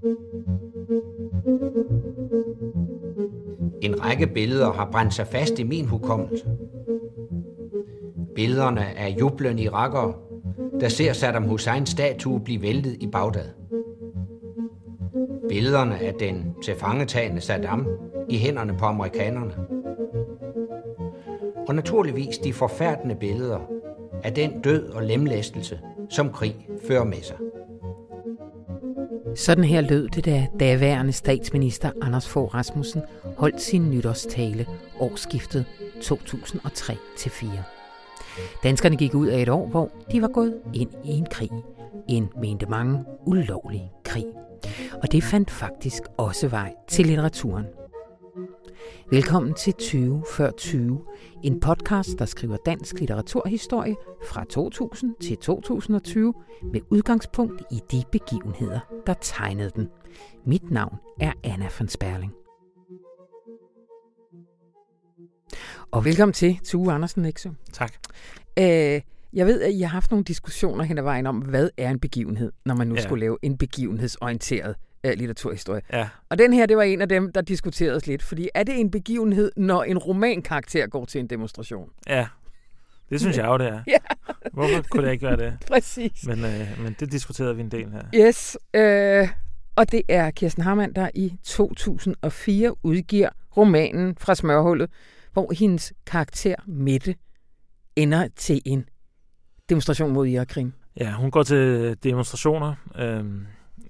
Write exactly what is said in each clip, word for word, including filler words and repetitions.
En række billeder har brændt sig fast i min hukommelse. Billederne af jublende irakere, der ser Saddam Husseins statue blive væltet i Bagdad. Billederne af den tilfangetagende Saddam i hænderne på amerikanerne. Og naturligvis de forfærdende billeder af den død og lemlæstelse, som krig fører med sig. Sådan her lød det, da daværende statsminister Anders Fogh Rasmussen holdt sin nytårstale årsskiftet to tusind og tre til fire. Danskerne gik ud af et år, hvor de var gået ind i en krig. En, mente mange, ulovlig krig. Og det fandt faktisk også vej til litteraturen. Velkommen til tyve før tyve, en podcast, der skriver dansk litteraturhistorie fra to tusind til to tusind og tyve med udgangspunkt i de begivenheder, der tegnede den. Mit navn er Anna von Sperling. Og velkommen til Tue Andersen Nexø. Tak. Øh, jeg ved, at I har haft nogle diskussioner hen ad vejen om, hvad er en begivenhed, når man nu ja. skulle lave en begivenhedsorienteret uh, litteraturhistorie. Ja. Og den her, det var en af dem, der diskuteredes lidt, fordi er det en begivenhed, når en romankarakter går til en demonstration? Ja, det synes jeg jo, det er. Ja. Hvorfor kunne det ikke være det? Præcis. Men, øh, men det diskuterede vi en del her. Yes, øh, og det er Kirsten Harman, der i to tusind og fire udgiver romanen Fra smørhullet, hvor hendes karakter Mette ender til en demonstration mod Irakkrigen. Ja, hun går til demonstrationer. Øhm,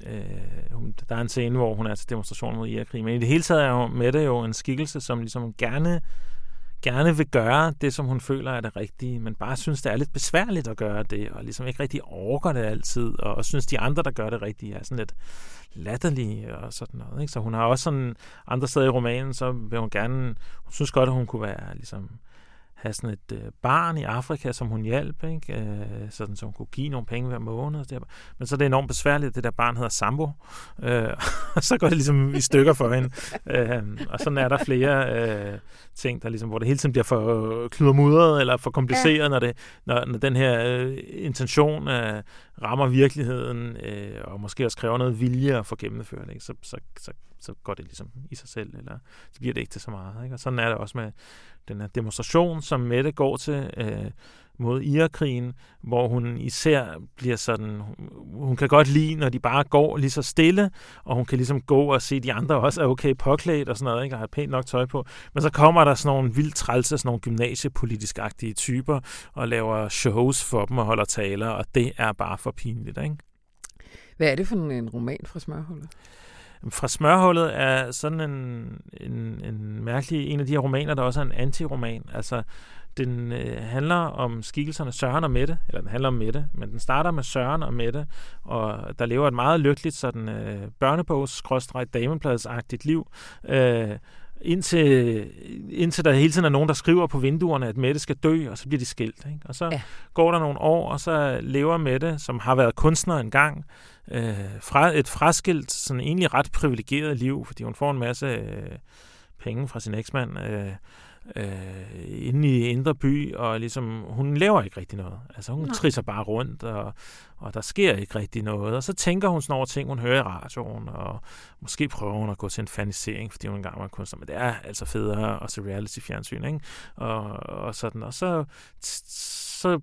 øh, der er en scene, hvor hun er til demonstrationer mod Irakkrigen. Men i det hele taget er jo Mette jo en skikkelse, som ligesom gerne, gerne vil gøre det, som hun føler er det rigtige, men bare synes, det er lidt besværligt at gøre det, og ligesom ikke rigtig orker det altid, og, og synes, de andre, der gør det rigtige, er sådan lidt latterlige og sådan noget. Ikke? Så hun har også sådan andre steder i romanen, så vil hun gerne, hun synes godt, at hun kunne være ligesom have sådan et øh, barn i Afrika, som hun hjalp, ikke? Øh, sådan, så hun kunne give nogle penge hver måned. Men så er det enormt besværligt, at det der barn hedder Sambo. Øh, og så går det ligesom i stykker for hende. Øh, og sådan er der flere øh, ting, der ligesom, hvor det hele tiden bliver for kluddermudret eller for kompliceret, ja. når, det, når, når den her øh, intention øh, rammer virkeligheden, øh, og måske også kræver noget vilje at få gennemført, ikke? Så, så, så, så går det ligesom i sig selv, eller så bliver det ikke til så meget. Ikke? Og sådan er det også med den her demonstration, som Mette går til øh, mod Irakkrigen, hvor hun især bliver sådan, hun kan godt lide, når de bare går lige så stille, og hun kan ligesom gå og se, de andre også er okay påklædt og sådan noget, ikke? Og har pænt nok tøj på. Men så kommer der sådan nogle vildt trælse, sådan nogle gymnasiepolitisk-agtige typer, og laver shows for dem og holder taler, og det er bare for pinligt, ikke? Hvad er det for en roman fra smørhullet? Fra smørhullet er sådan en, en, en mærkelig, en af de her romaner, der også er en antiroman. Altså, den øh, handler om skikkelserne Søren og Mette, eller den handler om Mette, men den starter med Søren og Mette, og der lever et meget lykkeligt sådan øh, børnebogs-damebladsagtigt liv, øh, indtil, indtil der hele tiden er nogen, der skriver på vinduerne, at Mette skal dø, og så bliver de skilt. Ikke? Og så ja. går der nogle år, og så lever Mette, som har været kunstner engang, øh, fra et fraskilt, sådan egentlig ret privilegeret liv, fordi hun får en masse øh, penge fra sin eksmand, øh, øh, inde i Indre By, og ligesom, hun laver ikke rigtig noget. Altså, hun Nej. trisser bare rundt, og, og der sker ikke rigtig noget. Og så tænker hun sådan over ting, hun hører i radioen, og måske prøver hun at gå til en fanisering, fordi hun engang var kunstner, men det er altså federe at se reality-fjernsyn, ikke? Og, og sådan, og så, så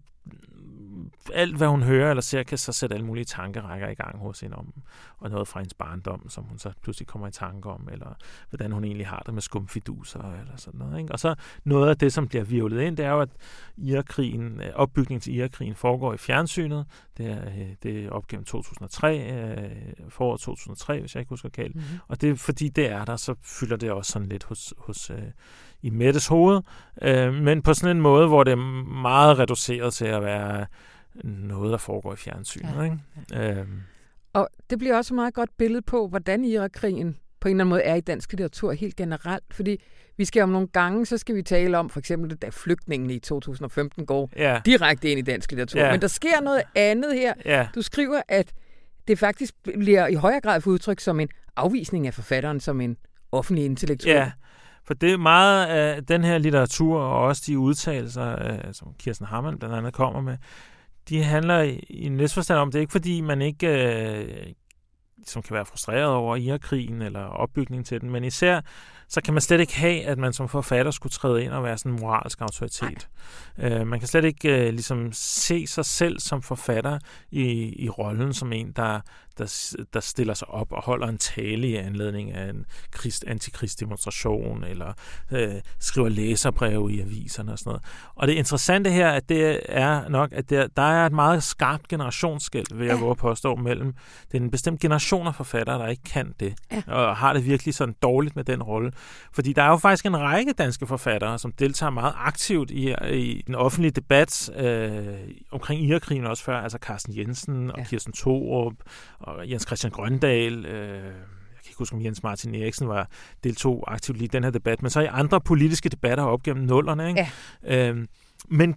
alt, hvad hun hører eller ser, kan så sætte alle mulige tankerækker i gang hos hende om, og noget fra hendes barndom, som hun så pludselig kommer i tanke om, eller hvordan hun egentlig har det med skumfiduser, eller sådan noget. Ikke? Og så noget af det, som bliver virvlet ind, det er jo, at Irakkrigen, opbygningen til Irakkrigen foregår i fjernsynet. Det er, det er op gennem to tusind og tre, foråret to tusind og tre, hvis jeg ikke husker galt. Mm-hmm. Og det er, fordi det er der, så fylder det også sådan lidt hos, hos i Mettes hoved, øh, men på sådan en måde, hvor det er meget reduceret til at være noget, der foregår i fjernsynet. Ja, ikke? Ja. Øhm. Og det bliver også et meget godt billede på, hvordan Irakkrigen på en eller anden måde er i dansk litteratur helt generelt, fordi vi skal om nogle gange, så skal vi tale om for eksempel, da flygtningene i to tusind og femten går ja. direkte ind i dansk litteratur. Ja. Men der sker noget andet her. Ja. Du skriver, at det faktisk bliver i højere grad for udtryk som en afvisning af forfatteren som en offentlig intellektuel. Ja. For det er meget af den her litteratur, og også de udtalelser, øh, som Kirsten Harman blandt andet kommer med, de handler i en vis forstand om, det er ikke fordi, man ikke øh, som kan være frustreret over Irakkrigen eller opbygningen til den, men især så kan man slet ikke have, at man som forfatter skulle træde ind og være sådan en moralsk autoritet. Uh, man kan slet ikke uh, ligesom se sig selv som forfatter i, i rollen som en, der, der, der stiller sig op og holder en tale i anledning af en krist, antikristdemonstration, eller uh, skriver læserbreve i aviserne og sådan noget. Og det interessante her, at det er nok, at der, der er et meget skarpt generationsskæld, vil jeg våge påstå, mellem den bestemt generation af forfattere, der ikke kan det, ja. og har det virkelig sådan dårligt med den rolle. Fordi der er jo faktisk en række danske forfattere, som deltager meget aktivt i, i den offentlige debat øh, omkring Irakkrigen også før, altså Carsten Jensen og ja. Kirsten Thorup og Jens Christian Grøndahl. Øh, jeg kan ikke huske, om Jens Martin Eriksen var deltog aktivt i den her debat, men så i andre politiske debatter op gennem nullerne. Ikke? Ja. Øh, men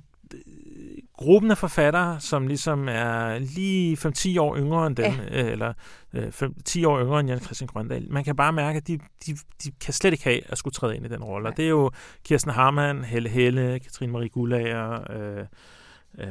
gruppen af forfattere, som ligesom er lige fem til ti år yngre end den, ja. eller fem til ti år yngre end Jens Christian Grøndahl, man kan bare mærke, at de, de, de kan slet ikke have at skulle træde ind i den rolle. Ja. Det er jo Kirsten Harman, Helle Helle, Katrine Marie Guldager, øh, øh,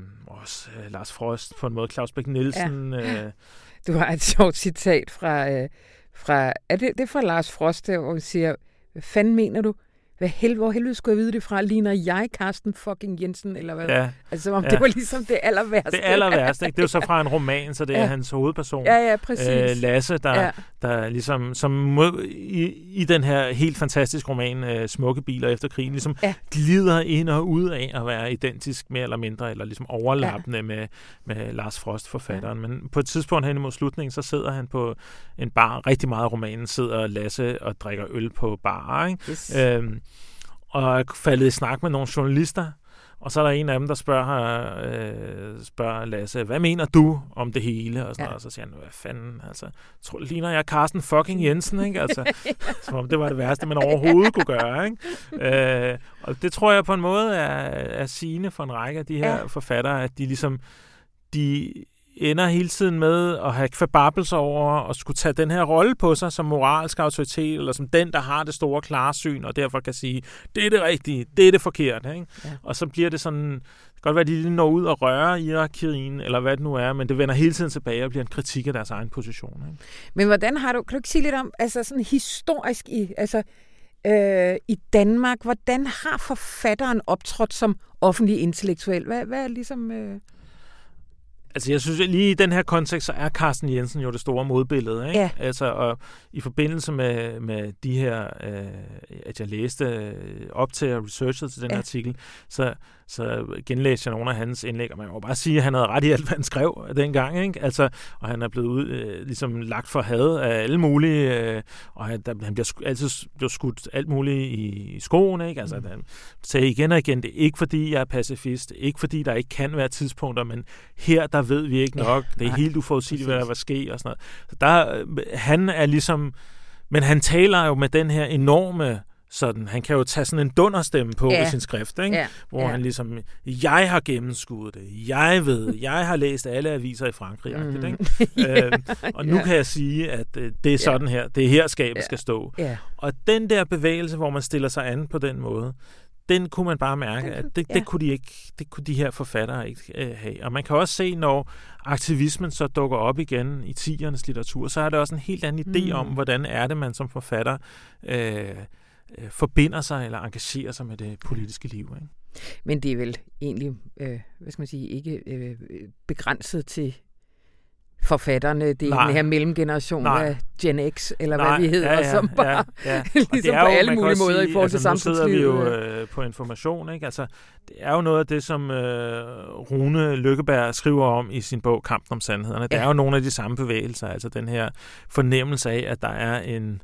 også øh, Lars Frost, på en måde Claus Bech Nielsen. Ja. Øh. Du har et sjovt citat fra, øh, fra er det, det er fra Lars Frost, hvor han siger, hvad fanden mener du? Hvad helvede, hvor helvede skulle jeg vide det fra? Ligner jeg Carsten fucking Jensen, eller hvad? Ja, altså, om ja. det var ligesom det aller værste. Det aller værste, ikke? Det er jo så fra en roman, så det er ja. hans hovedperson. Ja, ja, præcis. Øh, Lasse, der, ja. der ligesom, som må, i, i den her helt fantastiske roman, øh, Smukke biler efter krigen, ligesom ja. glider ind og ud af at være identisk mere eller mindre, eller ligesom overlappende ja. med, med Lars Frost, forfatteren. Ja. Men på et tidspunkt hen imod slutningen, så sidder han på en bar, rigtig meget af romanen, sidder Lasse og drikker øl på bar, ikke? Yes. Øhm, og er faldet i snak med nogle journalister, og så er der en af dem, der spørger, øh, spørger Lasse, hvad mener du om det hele? Og, sådan ja. noget, og så siger han, hvad fanden, altså, tror, ligner jeg Carsten fucking Jensen, ikke? Altså, som om det var det værste, man overhovedet kunne gøre, ikke? Øh, og det tror jeg på en måde er, er sigende for en række af de her ja. forfattere, at de ligesom, de ender hele tiden med at have kvababbelser over at skulle tage den her rolle på sig som moralsk autoritet, eller som den, der har det store klarsyn, og derfor kan sige, det er det rigtige, det er det forkerte. Ikke? Ja. Og så bliver det sådan, det kan godt være, at de når ud og rører Irakkrigen, eller hvad det nu er, men det vender hele tiden tilbage og bliver en kritik af deres egen position. Ikke? Men hvordan har du, kan du ikke sige lidt om, altså sådan historisk i, altså øh, i Danmark, hvordan har forfatteren optrådt som offentlig intellektuel? Hvad, hvad er ligesom... Øh Altså, jeg synes, at lige i den her kontekst, så er Carsten Jensen jo det store modbillede, ikke? Ja. Altså, og i forbindelse med, med de her, øh, at jeg læste op til og researchede til den ja. artikel, så, så genlæste jeg nogle af hans indlæg, og man må bare sige, at han havde ret i alt, hvad han skrev dengang, ikke? Altså, og han er blevet ud, øh, ligesom lagt for had af alle mulige, øh, og han, der, han bliver altid blev skudt alt muligt i, i skoene, ikke? Altså, mm. han sagde igen og igen, det er ikke fordi, jeg er pacifist, ikke fordi, der ikke kan være tidspunkter, men her, der ved vi ikke nok. Ja, det er nej, helt uforudsigeligt, hvad der vil ske og sådan noget. Så der, han er ligesom, men han taler jo med den her enorme sådan, han kan jo tage sådan en dunderstemme på ja. ved sin skrift, ikke? Ja. Hvor ja. han ligesom, jeg har gennemskuet det, jeg ved, jeg har læst alle aviser i Frankrig, mm. ikke? ja. øhm, og nu ja. kan jeg sige, at øh, det er sådan her, det er her skabet ja. skal stå. Ja. Og den der bevægelse, hvor man stiller sig an på den måde, den kunne man bare mærke, at det, ja. det, kunne de ikke, det kunne de her forfattere ikke øh, have. Og man kan også se, når aktivismen så dukker op igen i tiernes litteratur, så er det også en helt anden idé mm. om, hvordan er det, man som forfatter øh, øh, forbinder sig eller engagerer sig med det politiske liv. Ikke? Men det er vel egentlig, øh, hvad skal man sige, ikke øh, begrænset til forfatterne, det er Nej. den her mellemgeneration Nej. af Gen X, eller Nej. hvad vi hedder, ja, ja, som bare ja, ja. ligesom på alle mulige måder sige, i forhold til altså, samfundslivet. Nu sidder vi jo øh, på Information, ikke? Altså, det er jo noget af det, som øh, Rune Lykkeberg skriver om i sin bog Kampen om Sandhederne. Ja. Det er jo nogle af de samme bevægelser, altså den her fornemmelse af, at der er en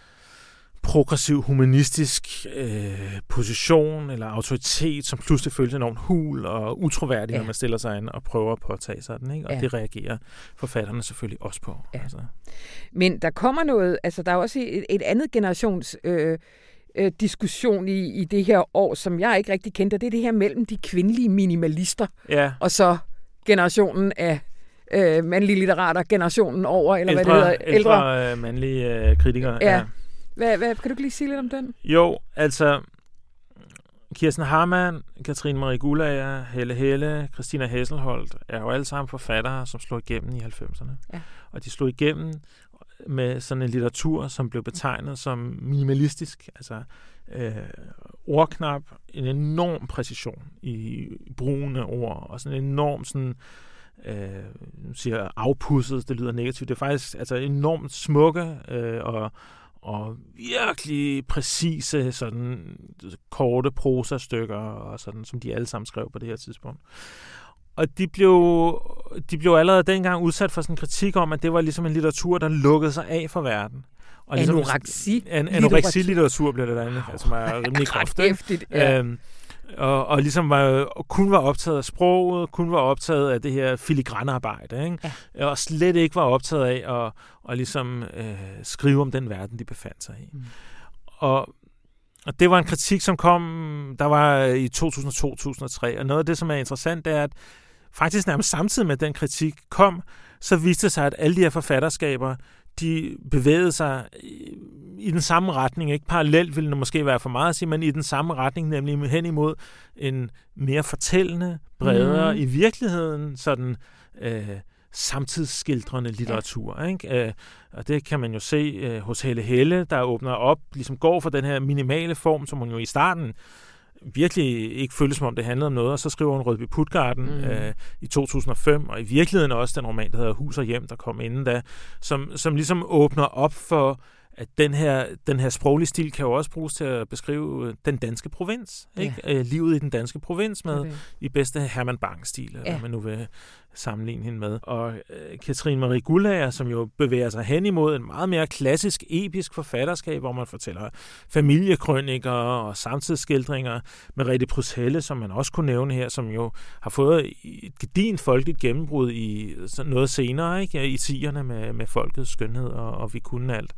progressiv, humanistisk øh, position eller autoritet, som pludselig føles enormt hul og utroværdig, ja. når man stiller sig ind og prøver at påtage sig den. Ikke? Og ja. det reagerer forfatterne selvfølgelig også på. Ja. Altså. Men der kommer noget, altså der er også et, et andet generations øh, øh, diskussion i, i det her år, som jeg ikke rigtig kendte, det er det her mellem de kvindelige minimalister ja. og så generationen af øh, mandlige litterater, generationen over, eller ældre, hvad det hedder. Ældre, ældre øh, mandlige øh, kritikere. Ja. ja. Hvad, hvad, kan du ikke lige sige lidt om den? Jo, altså, Kirsten Harman, Katrine Marie Guldager, Helle Helle, Christina Hesselholdt er jo alle sammen forfattere, som slog igennem i halvfemserne. Ja. Og de slog igennem med sådan en litteratur, som blev betegnet som minimalistisk, altså øh, ordknap, en enorm præcision i brugen af ord, og sådan en enorm sådan, øh, siger afpudset, det lyder negativt, det er faktisk altså enormt smukke øh, og og virkelig præcise sådan korte prosastykker og sådan, som de alle sammen skrev på det her tidspunkt. Og de blev, de blev allerede dengang udsat for sådan en kritik om, at det var ligesom en litteratur, der lukkede sig af for verden. Og ligesom, Anoreksi. An, anoreksi-litteratur blev det derinde, wow. Som er rimelig kraftigt. Ja. Øhm, og, og ligesom var, og kun var optaget af sproget, kun var optaget af det her filigranarbejde, ikke? Ja. Og slet ikke var optaget af at, at ligesom, øh, skrive om den verden, de befandt sig i. Mm. Og, og det var en kritik, som kom, der var i to tusind og to til to tusind og tre, og noget af det, som er interessant, det er, at faktisk nærmest samtidig med den kritik kom, så viste det sig, at alle de her forfatterskaber, de bevægede sig i, i den samme retning, ikke parallelt ville det måske være for meget at sige, men i den samme retning, nemlig hen imod en mere fortællende, bredere, mm. i virkeligheden sådan øh, samtidsskildrende litteratur. Ja. Ikke? Øh, og det kan man jo se øh, hos Helle Helle, der åbner op, ligesom går for den her minimale form, som hun jo i starten virkelig ikke føles som om det handlede om noget, og så skriver hun Rødby Puttgarden mm. øh, i to tusind og fem, og i virkeligheden også den roman, der hedder Hus og Hjem, der kom inden da, som, som ligesom åbner op for, at den her, den her sproglige stil kan jo også bruges til at beskrive den danske provins, ikke? Ja. Øh, livet i den danske provins med okay. i bedste Herman Bang-stil, eller ja. hvad man nu vil sammenligne hende med. Og øh, Katrine Marie Guldager, som jo bevæger sig hen imod en meget mere klassisk, episk forfatterskab, hvor man fortæller familiekrøniker og samtidsskildringer. Merete Pryds Helle, som man også kunne nævne her, som jo har fået et gedigent folkeligt gennembrud i noget senere, ikke? I tierne med, med folkets skønhed, og, og vi kunne alt.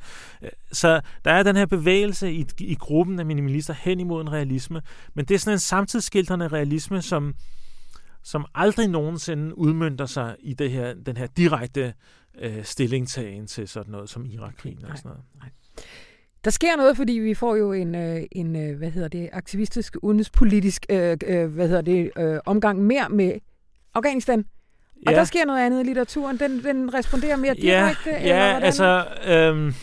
Så der er den her bevægelse i, i gruppen af minimalister hen imod en realisme, men det er sådan en samtidsskildrende realisme, som som aldrig nogensinde udmønter sig i det her, den her direkte øh, stillingtagen til sådan noget som Irak-krigen og sådan noget. Nej. Der sker noget, fordi vi får jo en, en hvad hedder det, aktivistisk, udenrigspolitisk øh, hvad hedder det, øh, omgang mere med Afghanistan. Og ja. Der sker noget andet i litteraturen. Den, den responderer mere direkte? Ja, eller ja altså... Øh,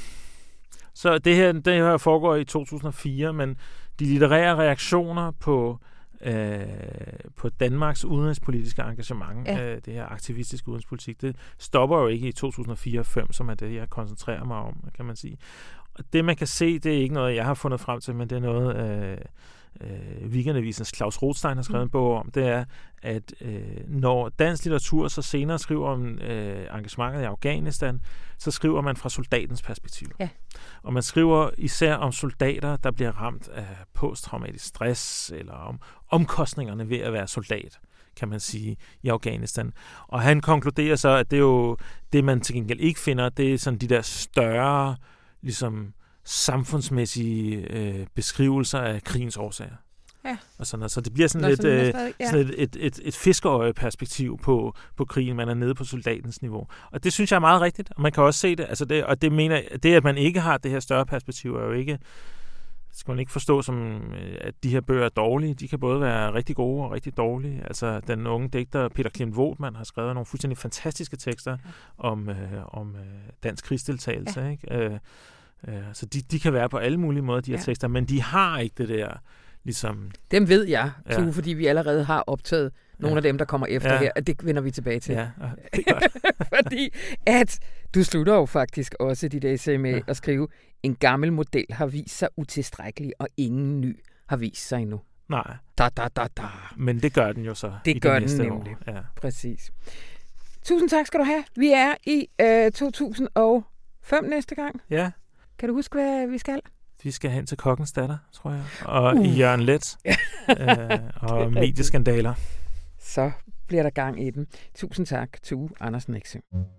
så det her, det her foregår i to tusind og fire, men de litterære reaktioner på Øh, på Danmarks udenrigspolitiske engagement, ja. øh, det her aktivistiske udenrigspolitik, det stopper jo ikke i to tusind og fire og fem, som er det, jeg koncentrerer mig om, kan man sige. Og det, man kan se, det er ikke noget, jeg har fundet frem til, men det er noget, øh, øh, Weekendavisens Claus Rothstein har skrevet mm. en bog om, det er, at øh, når dansk litteratur så senere skriver om øh, engagementet i Afghanistan, så skriver man fra soldatens perspektiv. Ja. Og man skriver især om soldater, der bliver ramt af posttraumatisk stress, eller om omkostningerne ved at være soldat, kan man sige, i Afghanistan. Og han konkluderer så, at det er jo det, man til gengæld ikke finder, det er sådan de der større, ligesom samfundsmæssige øh, beskrivelser af krigens årsager. Ja. Og sådan, så det bliver sådan, Nå, lidt, sådan, øh, stadig, ja. sådan et, et, et, et fiskeøje-perspektiv på, på krigen. Man er nede på soldatens niveau. Og det synes jeg er meget rigtigt. Og man kan også se det. Altså det og det mener, det, at man ikke har det her større perspektiv, er jo ikke... skal man ikke forstå som, at de her bøger er dårlige. De kan både være rigtig gode og rigtig dårlige. Altså, den unge digter Peter Klint Wohlmann har skrevet nogle fuldstændig fantastiske tekster ja. om, øh, om øh, dansk krigsdeltagelse. Ja. Ikke? Øh, øh, så de, de kan være på alle mulige måder, de her ja. tekster, men de har ikke det der, ligesom... Dem ved jeg, ja. Tue, fordi vi allerede har optaget nogle ja. af dem, der kommer efter ja. her, at det vender vi tilbage til. Ja, det er godt. Fordi at du slutter jo faktisk også dit essay med ja. at skrive, en gammel model har vist sig utilstrækkelig, og ingen ny har vist sig endnu. Nej. Da, da, da, da. Men det gør den jo så. Det i gør det den nemlig. Ja. Præcis. Tusind tak skal du have. Vi er i øh, to tusind og fem næste gang. Ja. Kan du huske, hvad vi skal? Vi skal hen til Kokkens Datter, tror jeg. Og uh. Jørgen Leth. øh, og medieskandaler. Så bliver der gang i den. Tusind tak, Tue Andersen Nexø.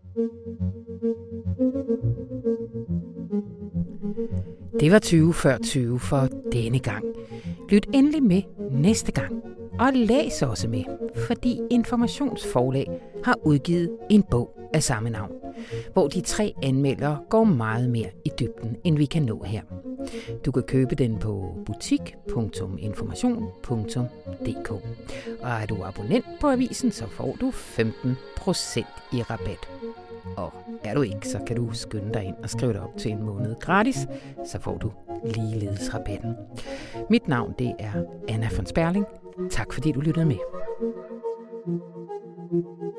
Det var tyve før tyve for denne gang. Lyt endelig med næste gang. Og læs også med, fordi Informationsforlag har udgivet en bog af samme navn. hvor de tre anmeldere går meget mere i dybden, end vi kan nå her. Du kan købe den på butik punktum information punktum d k. Og er du abonnent på avisen, så får du femten procent i rabat. Og er du ikke, så kan du skynde dig ind og skrive dig op til en måned gratis, så får du ligeledes rabatten. Mit navn det er Anna von Sperling. Tak fordi du lyttede med.